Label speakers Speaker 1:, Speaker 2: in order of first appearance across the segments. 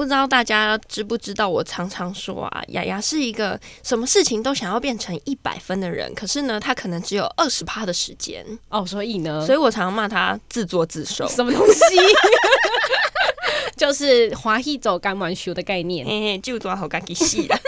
Speaker 1: 不知道大家知不知道，我常常说啊，雅雅是一个什么事情都想要变成100分的人，可是呢，他可能只有20%的时间
Speaker 2: 哦，所以呢，
Speaker 1: 所以我常常骂他自作自受。
Speaker 2: 什么东西？就是欢喜做甘愿受的概念。
Speaker 1: 嘿嘿，就做好自己死啦。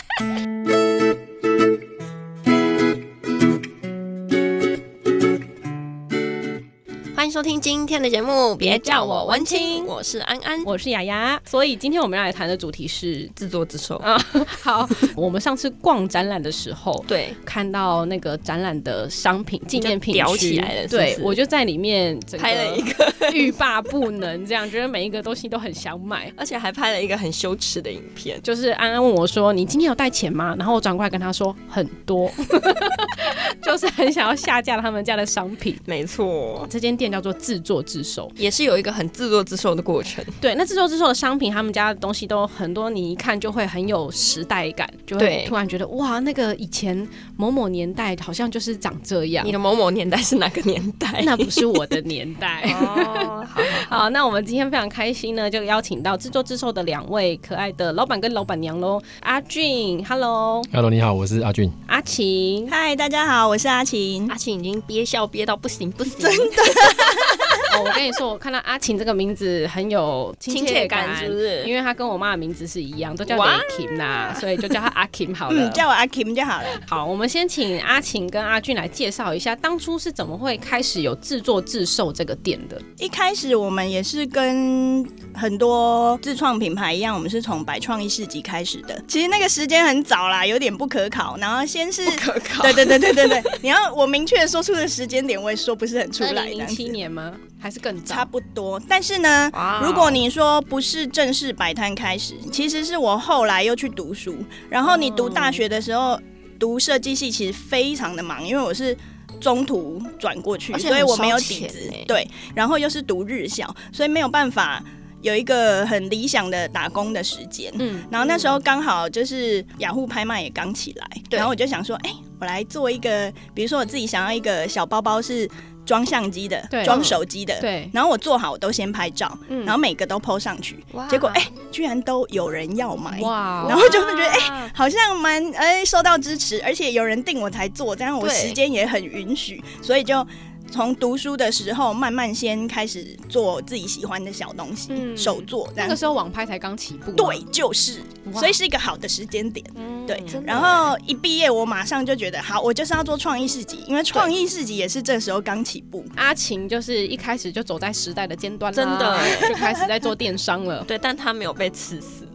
Speaker 1: 欢迎收听今天的节目，别叫我文青，我是安安，
Speaker 2: 我是雅雅。所以今天我们要来谈的主题是
Speaker 1: 自作自受。
Speaker 2: 好，我们上次逛展览的时候，
Speaker 1: 对，
Speaker 2: 看到那个展览的商品纪念品
Speaker 1: 裱起来了是不是，
Speaker 2: 对，我就在里面
Speaker 1: 拍了一个
Speaker 2: 欲罢不能，这样觉得每一个东西都很想买，
Speaker 1: 而且还拍了一个很羞耻的影片。
Speaker 2: 就是安安问我说：“你今天有带钱吗？”然后我转过来跟他说：“很多。”就是很想要下架他们家的商品。
Speaker 1: 没错，
Speaker 2: 这间店叫做自作自受，
Speaker 1: 也是有一个很自作自受的过程。
Speaker 2: 对，那自作自受的商品，他们家的东西都很多，你一看就会很有时代感，就会突然觉得哇，那个以前某某年代好像就是长这样。
Speaker 1: 你的某某年代是哪个年代？
Speaker 2: 那不是我的年代。
Speaker 1: 哦，
Speaker 2: 好，那我们今天非常开心呢，就邀请到自作自受的2位可爱的老板跟老板娘喽。阿俊 ，Hello，
Speaker 3: 你好，我是阿俊。
Speaker 2: 阿晴，
Speaker 4: 嗨，大家好，我是阿晴。
Speaker 1: 阿晴已经憋笑憋到不行不行，
Speaker 4: 真的。
Speaker 2: 我跟你说，我看到阿晴这个名字很有亲切感，
Speaker 1: 是不是？
Speaker 2: 因为她跟我妈的名字是一样，都叫雷 Kim 啦，所以就叫她阿 Kim 好了。
Speaker 4: 叫我阿 Kim 就好了。
Speaker 2: 好，我们先请阿晴跟阿俊来介绍一下，当初是怎么会开始有自作自受这个店的？
Speaker 4: 一开始我们也是跟很多自创品牌一样，我们是从百创意市集开始的。其实那个时间很早啦，有点不可考。然后先是
Speaker 1: 不可考，
Speaker 4: 对，你要我明确说出的时间点，我也说不是很出来。
Speaker 2: 2007年吗？还是更早？
Speaker 4: 差不多。但是呢，如果你说不是正式摆摊开始，其实是我后来又去读书。然后你读大学的时候，读设计系其实非常的忙，因为我是中途转过去，所以我没有底子。对，然后又是读日校，所以没有办法有一个很理想的打工的时间。然后那时候刚好就是雅虎拍卖也刚起来，然后我就想说，我来做一个，比如说我自己想要一个小包包是装相机的，装手机的，
Speaker 2: 对，
Speaker 4: 然后我做好，我都先拍照，然后每个都 po 上去，结果居然都有人要买，哇！然后就会觉得好像蛮受到支持，而且有人订我才做，这样我时间也很允许，所以就从读书的时候慢慢先开始做自己喜欢的小东西，手做。
Speaker 2: 那个时候网拍才刚起步，
Speaker 4: 对，就是，所以是一个好的时间点。对，然后一毕业我马上就觉得好，我就是要做创意市集，因为创意市集也是这时候刚起步。
Speaker 2: 阿晴就是一开始就走在时代的尖端啦，
Speaker 1: 真的
Speaker 2: 就开始在做电商了。
Speaker 1: 对，但他没有被刺死。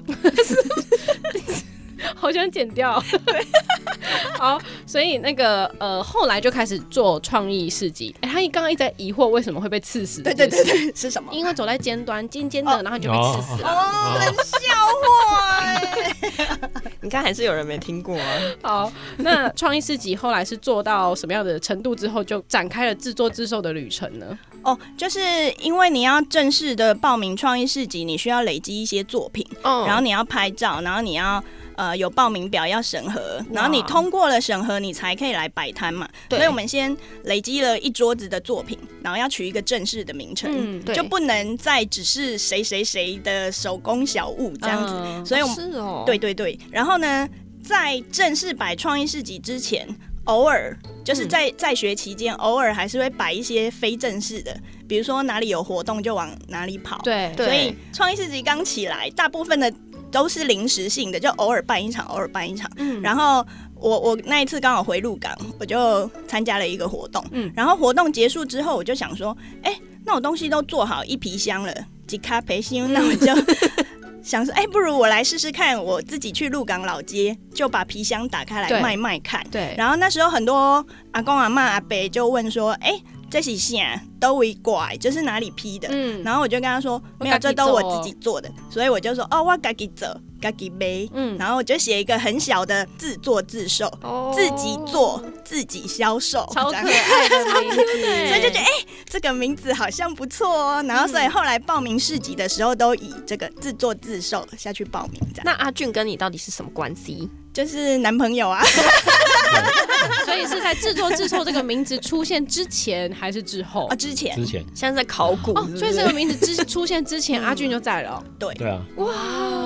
Speaker 2: 好想剪掉。好，所以那个后来就开始做创意市集。他刚刚一直在疑惑为什么会被刺死。
Speaker 4: 对，是什么？
Speaker 2: 因为走在尖端，尖尖的，然后你就被刺死了。
Speaker 4: 冷笑话。
Speaker 1: 你看，还是有人没听过啊。
Speaker 2: 好，那创意市集后来是做到什么样的程度之后，就展开了自作自受的旅程呢？
Speaker 4: 就是因为你要正式的报名创意市集，你需要累积一些作品，然后你要拍照，然后你要有报名表要审核，然后你通过了审核，你才可以来摆摊嘛。所以我们先累积了一桌子的作品，然后要取一个正式的名称，就不能再只是谁谁谁的手工小物这样子。所以我们
Speaker 1: 是哦，
Speaker 4: 对。然后呢，在正式摆创意市集之前，偶尔就是在学期间，偶尔还是会摆一些非正式的，比如说哪里有活动就往哪里跑。
Speaker 2: 对，
Speaker 4: 所以创意市集刚起来，大部分的都是临时性的，就偶尔办一场，偶尔办一场。然后我那一次刚好回鹿港，我就参加了一个活动。然后活动结束之后，我就想说，那我东西都做好一皮箱了，几卡培新，那我就想说，不如我来试试看，我自己去鹿港老街，就把皮箱打开来卖看。
Speaker 2: 对。
Speaker 4: 然后那时候很多阿公阿嬷阿伯就问说，这是啥？都为怪，就是哪里批的？然后我就跟他说，没有，这都我自己做的。所以我就说，我自己做，自己卖。然后我就写一个很小的自作自受，自己做自己销售，
Speaker 2: 超可爱的名字。
Speaker 4: 所以就觉得这个名字好像不错哦。然后所以后来报名市集的时候，都以这个自作自受下去报名。
Speaker 1: 那阿俊跟你到底是什么关系？
Speaker 4: 就是男朋友啊。
Speaker 2: 所以是在自作自受这个名字出现之前还是之后？
Speaker 4: 之前，
Speaker 1: 现在在考古
Speaker 2: 所以这个名字出现之前，阿俊就在了。
Speaker 4: 对
Speaker 3: 啊，
Speaker 2: 哇，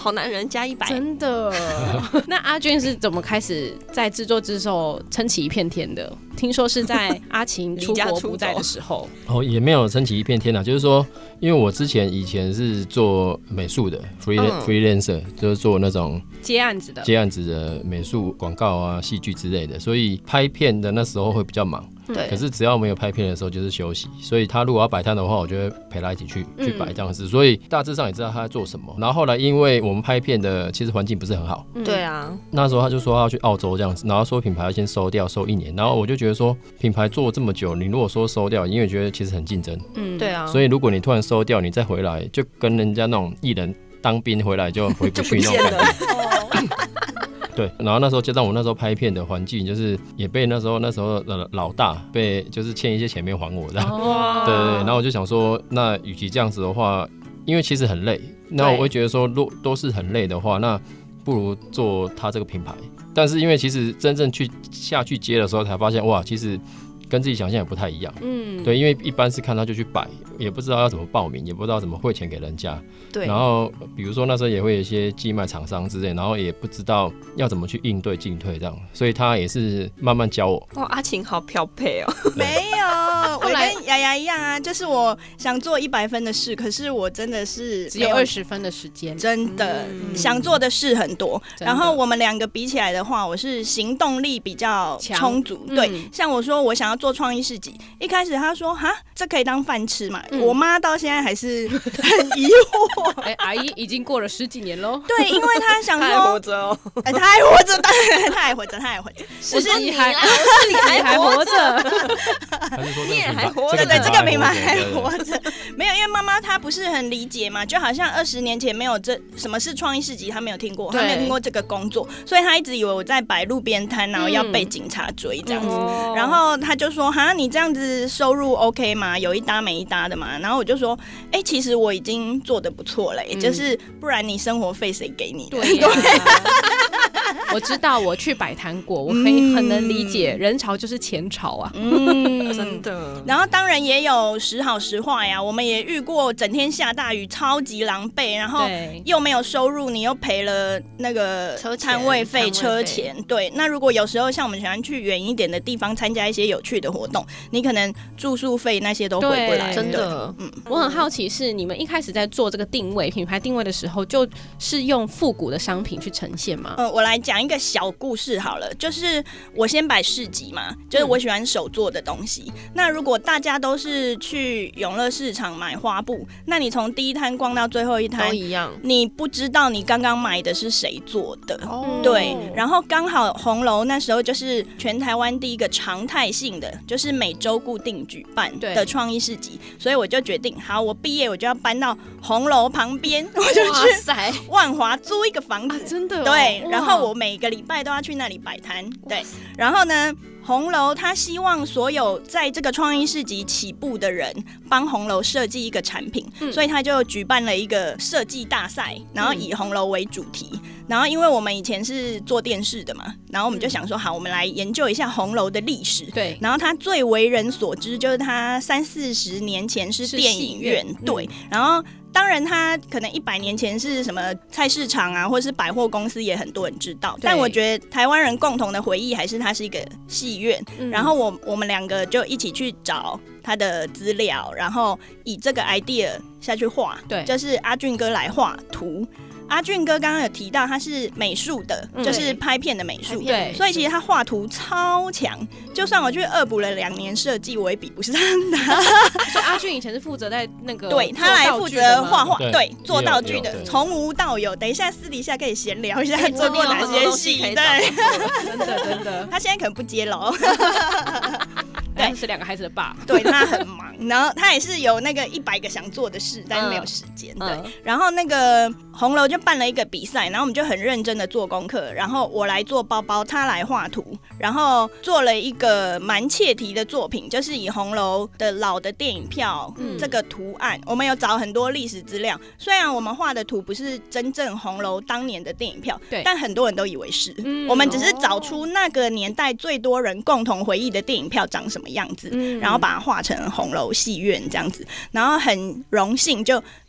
Speaker 1: 好男人加100，
Speaker 2: 真的。那阿俊是怎么开始在制作之后撑起一片天的？听说是在阿晴出国不在的时候。
Speaker 3: 也没有撑起一片天啊，就是说，因为我以前是做美术的 freelancer， 就是做那种
Speaker 2: 接案子的
Speaker 3: 美术广告啊、戏剧之类的，所以拍片的那时候会比较忙。
Speaker 1: 对，
Speaker 3: 可是只要没有拍片的时候就是休息，所以他如果要摆摊的话，我就会陪他一起去摆这样子，所以大致上也知道他在做什么。然后后来因为我们拍片的其实环境不是很好，
Speaker 1: 对啊，
Speaker 3: 那时候他就说他要去澳洲这样子，然后说品牌要先收掉，收1年，然后我就觉得说品牌做这么久，你如果说收掉，因为觉得其实很竞争，
Speaker 1: 对啊，
Speaker 3: 所以如果你突然收掉，你再回来，就跟人家那种艺人当兵回来就回不去那种感觉。对，然后那时候加上我那时候拍片的环境，就是也被那时候的老大被就是欠一些钱没还我这样，对，然后我就想说，那与其这样子的话，因为其实很累，那我会觉得说，都是很累的话，那不如做他这个品牌。但是因为其实真正下去接的时候，才发现哇，其实跟自己想象也不太一样。对，因为一般是看他就去摆，也不知道要怎么报名，也不知道怎么汇钱给人家。
Speaker 1: 对，
Speaker 3: 然后比如说那时候也会有一些寄卖厂商之类，然后也不知道要怎么去应对进退这样，所以他也是慢慢教我。
Speaker 1: 哇，阿晴好漂配哦。
Speaker 4: 没有，我跟雅雅一样啊，就是我想做100分的事，可是我真的是
Speaker 2: 只有20分的时间，
Speaker 4: 真的想做的事很多。然后我们2个比起来的话，我是行动力比较充足。对，像我说我想要做创意市集，一开始他说哈，这可以当饭吃嘛？我妈到现在还是很疑惑。
Speaker 2: 阿姨已经过了10几年喽。
Speaker 4: 对，因为他想说，
Speaker 1: 他还活着哦，
Speaker 4: 他还活着，他还活着，他还活着。
Speaker 2: 我是你还活着，
Speaker 1: 你也还活着，
Speaker 4: 对，这个品牌还活着。没有，因为妈妈她不是很理解嘛，就好像20年前没有什么是创意市集，她没有听过，她没有听过这个工作，所以她一直以为我在摆路边摊，然后要被警察追这样子。然后她就说：“哈，你这样子收入 OK 吗？有一搭没一搭的嘛？”然后我就说：“其实我已经做得不错了，就是不然你生活费谁给你的？”
Speaker 2: 对。我知道，我去摆摊过，我可以很能理解，人潮就是钱潮啊，
Speaker 1: 真的。
Speaker 4: 然后当然也有时好时坏呀，我们也遇过整天下大雨，超级狼狈，然后又没有收入，你又赔了那个摊位费、车钱。对，那如果有时候像我们喜欢去远一点的地方参加一些有趣的活动，你可能住宿费那些都回不来。
Speaker 1: 真的，
Speaker 2: 我很好奇是你们一开始在做这个品牌定位的时候，就是用复古的商品去呈现吗？
Speaker 4: 我来讲一个小故事好了，就是我先摆市集嘛，就是我喜欢手做的东西。那如果大家都是去永乐市场买花布，那你从第一摊逛到最后一摊
Speaker 1: 都一样，
Speaker 4: 你不知道你刚刚买的是谁做的。对，然后刚好红楼那时候就是全台湾第一个常态性的，就是每周固定举办的创意市集，所以我就决定，好，我毕业我就要搬到红楼旁边，我就去万华租一个房子，
Speaker 2: 真的
Speaker 4: 对，然后我每个礼拜都要去那里摆摊，对，然后呢，红楼他希望所有在这个创意市集起步的人帮红楼设计一个产品，所以他就举办了一个设计大赛，然后以红楼为主题。然后因为我们以前是做电视的嘛，然后我们就想说，好，我们来研究一下红楼的历史。
Speaker 2: 对，
Speaker 4: 然后它最为人所知就是它30-40年前是电影院，对，然后。当然，它可能100年前是什么菜市场啊，或是百货公司，也很多人知道。但我觉得台湾人共同的回忆还是它是一个戏院。然后我们2个就一起去找它的资料，然后以这个 idea 下去画。对，就是阿俊哥来画图。阿俊哥刚刚有提到他是美术的，就是拍片的美术，对，所以其实他画图超强。就算我去恶补了2年设计，我也比不上他。
Speaker 2: 所以阿俊以前是负责在那个
Speaker 4: 对他来负责画画，对，做道具的，从无到有。等一下私底下可以闲聊一下做过哪些戏，对，
Speaker 2: 真的，
Speaker 4: 他现在可能不接喽。
Speaker 2: 对，是2个孩子的爸，
Speaker 4: 对，他很忙，然后他也是有那个100个想做的事，但是没有时间。对，然后那个红楼就办了一个比赛，然后我们就很认真的做功课，然后我来做包包，他来画图，然后做了一个蛮切题的作品，就是以红楼的老的电影票这个图案，我们有找很多历史资料，虽然我们画的图不是真正红楼当年的电影票，但很多人都以为是，我们只是找出那个年代最多人共同回忆的电影票长什么样子，然后把它画成红楼戏院这样子，然后很荣幸就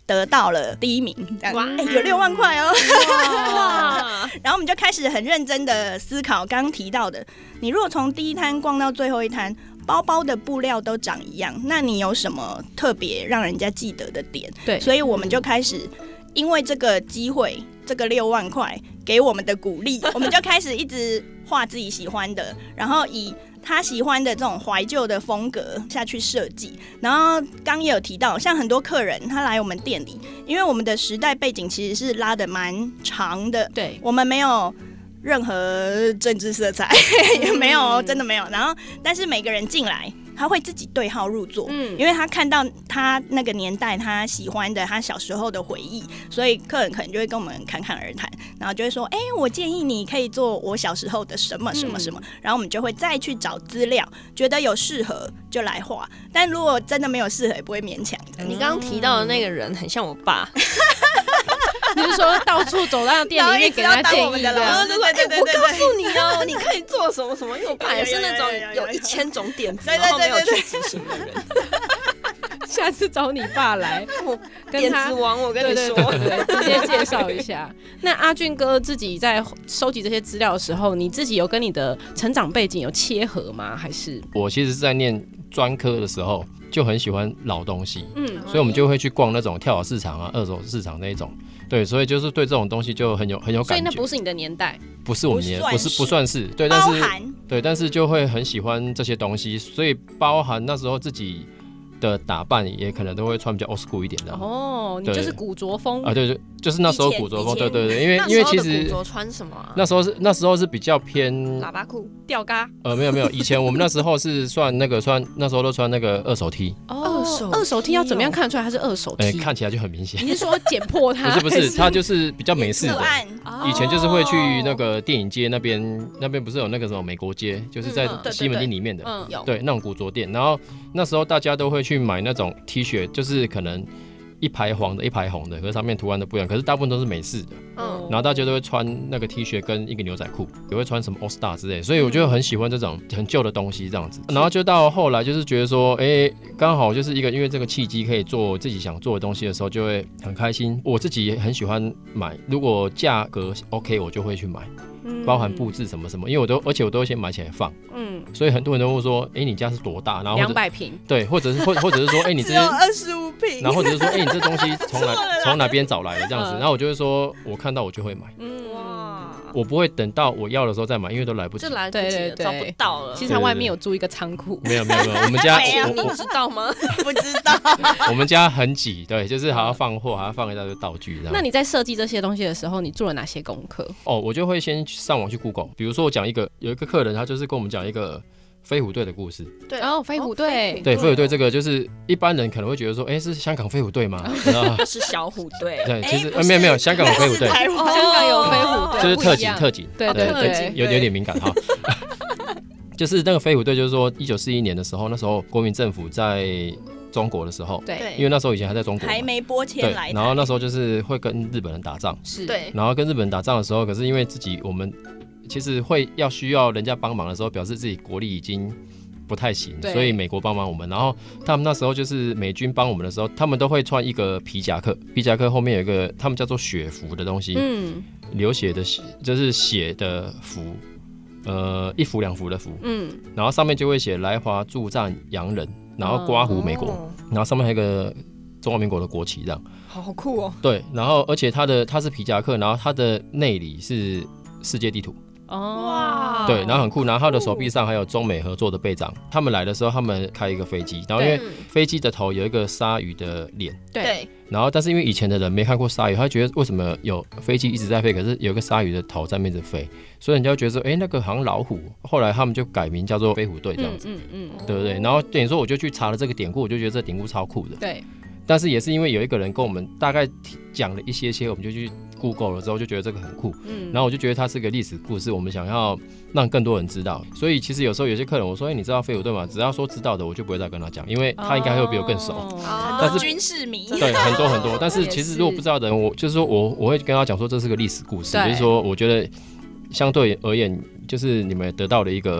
Speaker 4: 得到了第1名，这样有6万块哦。然后我们就开始很认真的思考刚刚提到的，你如果从第一摊逛到最后一摊，包包的布料都长一样，那你有什么特别让人家记得的点？
Speaker 2: 对，
Speaker 4: 所以我们就开始因为这个机会，这个6万块给我们的鼓励，我们就开始一直画自己喜欢的，然后以他喜欢的这种怀旧的风格下去设计。然后刚也有提到，像很多客人他来我们店里，因为我们的时代背景其实是拉得蛮长的，
Speaker 2: 对，
Speaker 4: 我们没有任何政治色彩，也没有，真的没有。然后，但是每个人进来，他会自己对号入座，因为他看到他那个年代他喜欢的，他小时候的回忆，所以客人可能就会跟我们侃侃而谈，然后就会说，我建议你可以做我小时候的什么什么什么，然后我们就会再去找资料，觉得有适合就来画，但如果真的没有适合，也不会勉强。
Speaker 1: 你刚刚提到的那个人很像我爸。
Speaker 2: 你是说到处走到店里面给他建议的？
Speaker 1: 对，我告诉你哦，你可以做什么什么，因为我爸也是那种有1000种点子，然后没有去执行的人。
Speaker 2: 下次找你爸来，
Speaker 1: 点子王，我跟你说，
Speaker 2: 对，直接介绍一下。那阿俊哥自己在收集这些资料的时候，你自己有跟你的成长背景有切合吗？还是
Speaker 3: 我其实是在念专科的时候就很喜欢老东西，所以我们就会去逛那种跳蚤市场啊、二手市场那一种。对，所以就是对这种东西就很有感觉。
Speaker 2: 所以那不是你的年代，
Speaker 3: 不是我们年，不算是对，但是就会很喜欢这些东西，所以包含那时候自己的打扮也可能都会穿比较 old school 一点的。
Speaker 2: 哦，你就是古着风
Speaker 3: 啊？对，就是那时候古着风，对，因为其实
Speaker 1: 古着穿什么啊？
Speaker 3: 那时候是比较偏
Speaker 1: 喇叭裤、
Speaker 2: 吊嘎。
Speaker 3: 没有，以前我们那时候是那时候都穿那个二手 T。
Speaker 2: 二手 T 要怎么样看得出来它是二手 T？
Speaker 3: 看起来就很明显。
Speaker 2: 你是说剪破它？
Speaker 3: 不是，它就是比较美式的。
Speaker 4: 以
Speaker 3: 前就是会去那个电影街那边不是有那个什么美国街，就是在西门町里面的，对，那种古着店。然后那时候大家都会去买那种 T 恤，就是可能一排黄的，一排红的，可是上面图案都不一样，可是大部分都是美式的。然后大家都会穿那个 T 恤跟一个牛仔裤，也会穿什么 All Star 之类的，所以我就很喜欢这种很旧的东西这样子。然后就到后来就是觉得说，刚好就是因为这个契机可以做自己想做的东西的时候，就会很开心。我自己也很喜欢买，如果价格 OK， 我就会去买。包含布置什么什么，因为而且我都会先买起来放，所以很多人都会说，你家是多大？然后
Speaker 2: 200平，
Speaker 3: 对，或者是说，你这
Speaker 4: 只有25平，
Speaker 3: 然后或者是说，你这东西从哪边找来的这样子，然后我就会说，我看到我就会买，我不会等到我要的时候再买，因为都来不及，
Speaker 1: 就来不及了，找不到了。
Speaker 2: 其实他外面有租一个仓库，
Speaker 3: 没有，我们家
Speaker 1: 你知道吗？
Speaker 4: 不知道，
Speaker 3: 我们家很挤，对，就是还要放货，还要放一大堆道具。
Speaker 2: 那你在设计这些东西的时候，你做了哪些功课？
Speaker 3: 我就会先上网去 Google， 比如说我讲有一个客人，他就是跟我们讲一个飞虎队的故事。
Speaker 2: 对，飞虎队，
Speaker 3: 对，飞虎队这个就是一般人可能会觉得说，是香港飞虎队吗？
Speaker 1: 是小虎队。
Speaker 3: 对，其实没有，香港有飞虎队，
Speaker 2: 香港有飞虎队，
Speaker 3: 就是特警，
Speaker 2: 对，
Speaker 3: 有点敏感哈。就是那个飞虎队，就是说1941年的时候，那时候国民政府在中国的时候，
Speaker 2: 对，
Speaker 3: 因为那时候以前还在中国，
Speaker 4: 还没拨迁来，
Speaker 3: 然后那时候就是会跟日本人打仗，
Speaker 2: 是，
Speaker 1: 对，
Speaker 3: 然后跟日本人打仗的时候，可是因为我们其实需要人家帮忙的时候，表示自己国力已经不太行，所以美国帮忙我们。然后他们那时候就是美军帮我们的时候，他们都会穿一个皮夹克，皮夹克后面有一个他们叫做血符的东西，流血的血就是血的符。1幅2幅的符，然后上面就会写来华驻站洋人，然后刮胡美国，然后上面还有一个中华民国的国旗，这样，
Speaker 1: 好酷哦。
Speaker 3: 对，然后而且它是皮夹克，然后它的内里是世界地图。
Speaker 2: 哇，
Speaker 3: 对，然后很酷，然后他的手臂上还有中美合作的臂章。他们来的时候，他们开一个飞机，然后因为飞机的头有一个鲨鱼的脸，
Speaker 1: 对，
Speaker 3: 然后但是因为以前的人没看过鲨鱼，他觉得为什么有飞机一直在飞，可是有一个鲨鱼的头在那边飞，所以人家就觉得说，那个好像老虎。后来他们就改名叫做飞虎队这样子，对不对？然后等于说我就去查了这个典故，我就觉得这典故超酷的，
Speaker 2: 对。
Speaker 3: 但是也是因为有一个人跟我们大概讲了一些，我们就去 Google 了之后就觉得这个很酷，然后我就觉得它是个历史故事，我们想要让更多人知道。所以其实有时候有些客人我说，你知道飞虎队吗？只要说知道的，我就不会再跟他讲，因为他应该会比我更熟。
Speaker 4: 但是军事迷，
Speaker 3: 对，很多。但是其实如果不知道的人，我就是说我会跟他讲说这是个历史故事，就是说我觉得相对而言，就是你们得到的一个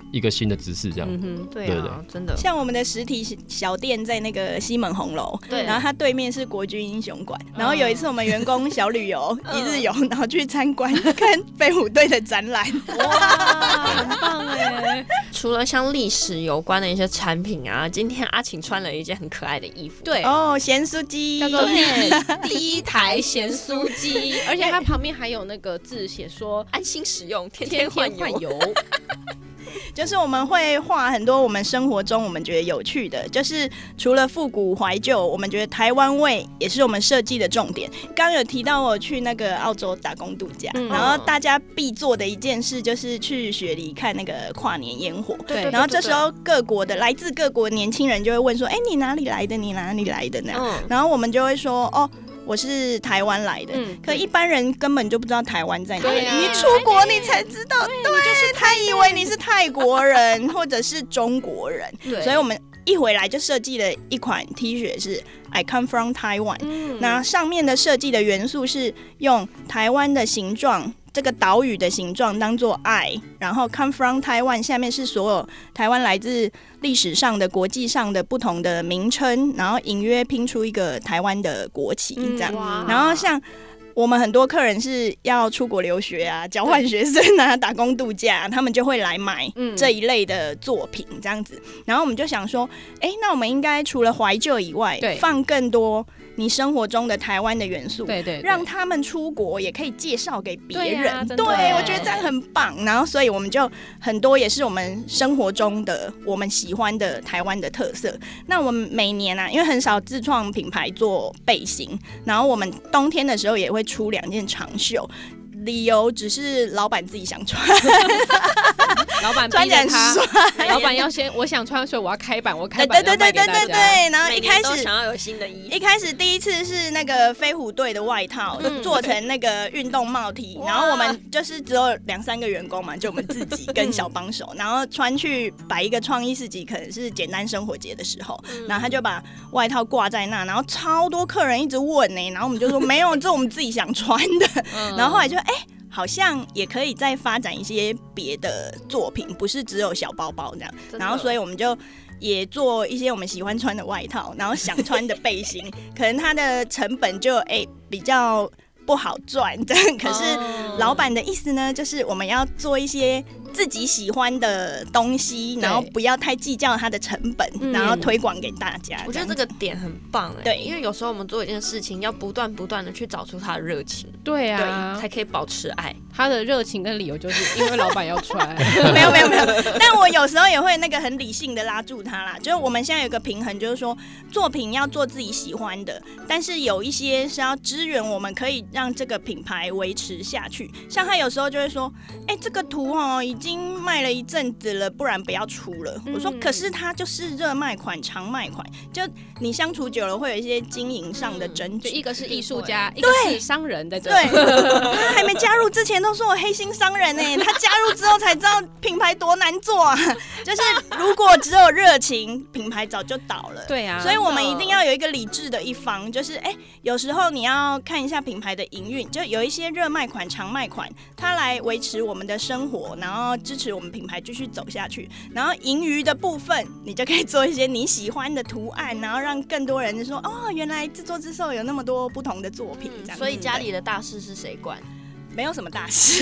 Speaker 3: 一个新的知识这样。
Speaker 1: 对啊，真的。
Speaker 4: 像我们的实体小店在那个西门红楼，对，然后它对面是国军英雄馆。然后有一次我们员工小旅游一日游，然后去参观看飞虎队的展览，
Speaker 2: 哇，很棒哎！
Speaker 1: 除了像历史有关的一些产品啊，今天阿晴穿了一件很可爱的衣服，
Speaker 2: 对
Speaker 4: 哦，咸酥鸡
Speaker 2: 叫做第一台咸酥鸡，而且它旁边还有那个字写说
Speaker 1: 安心使用，天
Speaker 2: 天
Speaker 1: 换
Speaker 2: 油。
Speaker 4: 就是我们会画很多我们生活中我们觉得有趣的，就是除了复古怀旧，我们觉得台湾味也是我们设计的重点。刚刚有提到我去那个澳洲打工度假，然后大家必做的一件事就是去雪梨看那个跨年烟火。
Speaker 2: 对，
Speaker 4: 然后这时候来自各国的年轻人就会问说：“哎，你哪里来的？你哪里来的？”那样，然后我们就会说：“哦。”我是台湾来的，可一般人根本就不知道台湾在哪里，你出国你才知道，对，他以为你是泰国人或者是中国人，所以我们一回来就设计了一款 T 恤是 I come from Taiwan，那上面的设计的元素是用台湾的形状，这个岛屿的形状当做 I， 然后 come from Taiwan 下面是所有台湾来自历史上的、国际上的不同的名称，然后隐约拼出一个台湾的国旗这样。然后像我们很多客人是要出国留学啊、交换学生啊、打工度假，他们就会来买这一类的作品这样子。然后我们就想说，那我们应该除了怀旧以外，放更多你生活中的台湾的元素，对，让他们出国也可以介绍给别人。对，我觉得这样很棒。然后，所以我们就很多也是我们生活中的我们喜欢的台湾的特色。那我们每年啊，因为很少自创品牌做背心，然后我们冬天的时候也会出2件长袖。理由只是老板自己想穿，
Speaker 2: 老板逼着他，老板要先我想穿，所以我要开版，我开版要卖给大家。
Speaker 4: 对，然后一开始
Speaker 1: 都想要有新的衣服。
Speaker 4: 一开始第一次是那个飞虎队的外套，做成那个运动帽 T， 然后我们就是只有2-3个员工嘛，就我们自己跟小帮手，然后穿去摆一个创意市集，可能是简单生活节的时候，然后他就把外套挂在那，然后超多客人一直问然后我们就说没有，这我们自己想穿的，然后后来就好像也可以再发展一些别的作品，不是只有小包包这样。然后所以我们就也做一些我们喜欢穿的外套，然后想穿的背心，可能它的成本就比较不好赚，可是老板的意思呢，就是我们要做一些自己喜欢的东西，然后不要太计较它的成本，然后推广给大家。
Speaker 1: 我觉得这个点很棒对，因为有时候我们做一件事情，要不断的去找出他的热情，
Speaker 2: 对啊，
Speaker 1: 才可以保持爱。
Speaker 2: 他的热情跟理由就是因为老板要穿，
Speaker 4: 没有，但我有时候也会那个很理性的拉住他啦。就是我们现在有个平衡，就是说作品要做自己喜欢的，但是有一些是要支援我们可以让这个品牌维持下去。像他有时候就会说，这个图已经卖了一阵子了，不然不要出了。我说，可是它就是热卖款、常卖款，就你相处久了会有一些经营上的争执。
Speaker 2: 一个是艺术家，一个是商人在这里。
Speaker 4: 对，他还没加入之前都说我黑心商人他加入之后才知道品牌多难做啊。就是如果只有热情，品牌早就倒了。
Speaker 2: 对啊，
Speaker 4: 所以我们一定要有一个理智的一方，就是有时候你要看一下品牌的营运，就有一些热卖款、常卖款，它来维持我们的生活，然后支持我们品牌继续走下去。然后盈余的部分，你就可以做一些你喜欢的图案，然后让更多人就说原来制作之兽有那么多不同的作品。
Speaker 1: 所以家里的大事是谁管？
Speaker 4: 没有什么大事，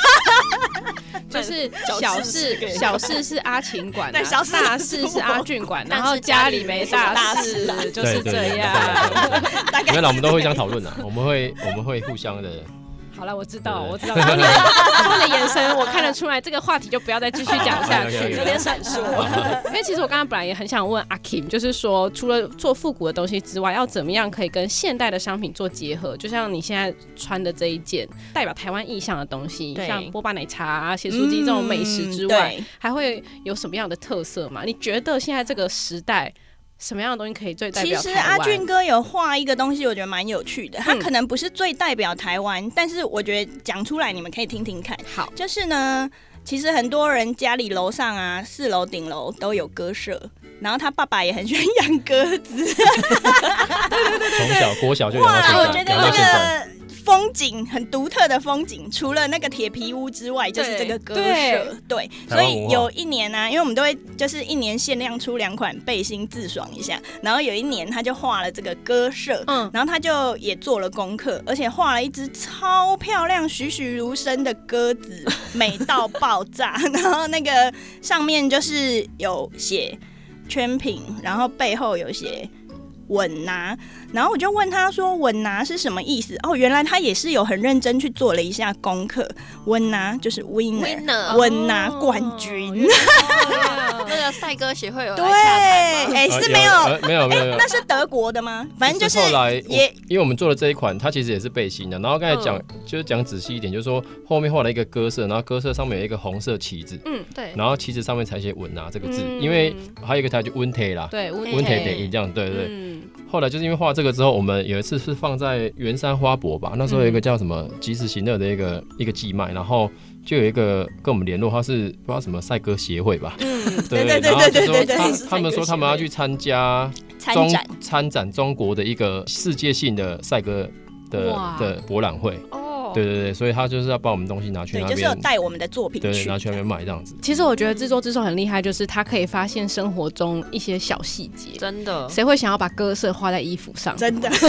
Speaker 2: 就是小事是阿晴管，大事是阿俊管，然后家里没大事，就是这样。
Speaker 3: 没有啦，我们都会这样讨论我们会互相的。
Speaker 2: 好了，我知道。从你的眼神，我看得出来，这个话题就不要再继续讲下去，
Speaker 1: 有点闪烁。
Speaker 2: 因为其实我刚刚本来也很想问阿 Kim， 就是说，除了做复古的东西之外，要怎么样可以跟现代的商品做结合？就像你现在穿的这一件，代表台湾意象的东西，像波霸奶茶、咸酥鸡这种美食之外，还会有什么样的特色吗？你觉得现在这个时代？什么样的东西可以最代表台湾？
Speaker 4: 其实阿俊哥有画一个东西，我觉得蛮有趣的。他可能不是最代表台湾，但是我觉得讲出来你们可以听听看。
Speaker 2: 好，
Speaker 4: 就是呢，其实很多人家里楼上啊、4楼顶楼都有鸽舍，然后他爸爸也很喜欢养鸽子。
Speaker 3: 对，从小国小就养到现在。
Speaker 4: 哇，我觉得这个风景很独特的风景，除了那个铁皮屋之外，就是这个鸽舍。对，所以有一年因为我们都会就是一年限量出2款背心自爽一下，然后有一年他就画了这个鸽舍，然后他就也做了功课，而且画了一只超漂亮栩栩如生的鸽子，美到爆炸。然后那个上面就是有写圈品，然后背后有写稳拿，然后我就问他说稳拿是什么意思？原来他也是有很认真去做了一下功课。稳拿就是 winner， 稳拿冠军。
Speaker 1: 那个赛鸽协会有
Speaker 4: 对，是
Speaker 3: 没有，
Speaker 4: 那是德国的吗？反正就是
Speaker 3: 后来因为我们做的这一款，它其实也是背心的。然后刚才讲仔细一点，就是说后面画了一个鸽舍，然后鸽舍上面有一个红色旗子，
Speaker 1: 对，
Speaker 3: 然后旗子上面才写稳拿这个字，因为还有一个台就温铁啦，
Speaker 2: 对，
Speaker 3: 温铁得这样，对对。后来就是因为画这个之后，我们有一次是放在圆山花博吧，那时候有一个叫什么及时行乐的一个寄卖，然后就有一个跟我们联络，他是不知道什么赛鸽协会吧，对，然后就说他们说他们要去参参展中国的一个世界性的赛鸽的博览会。对，所以他就是要把我们东西拿去那边，
Speaker 4: 就是有带我们的作品去，
Speaker 3: 对，拿去那边卖这样子。
Speaker 2: 其实我觉得制作之手很厉害，就是他可以发现生活中一些小细节。
Speaker 1: 真的，
Speaker 2: 谁会想要把鸽舍画在衣服上？
Speaker 4: 真的。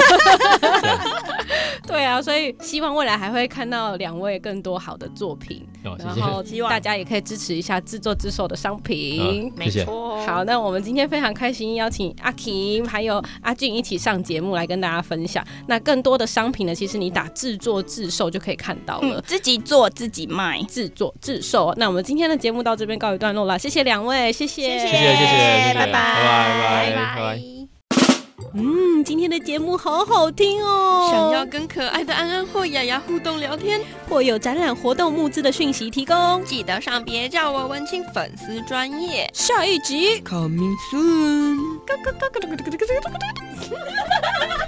Speaker 2: 对啊，所以希望未来还会看到2位更多好的作品，然后大家也可以支持一下制作之手的商品。
Speaker 1: 没错。
Speaker 2: 好，那我们今天非常开心邀请阿 Kim 还有阿俊一起上节目来跟大家分享。那更多的商品呢，其实你打制作制售就可以看到了，
Speaker 4: 自己做自己卖，
Speaker 2: 制作制售。那我们今天的节目到这边告一段落了，谢谢2位，谢谢，
Speaker 4: 拜
Speaker 3: 拜。
Speaker 2: 今天的节目好好听哦！
Speaker 1: 想要跟可爱的安安或雅雅互动聊天，
Speaker 2: 或有展览活动募资的讯息提供，
Speaker 1: 记得上别叫我文青粉丝专页。
Speaker 2: 下一集
Speaker 1: Coming soon。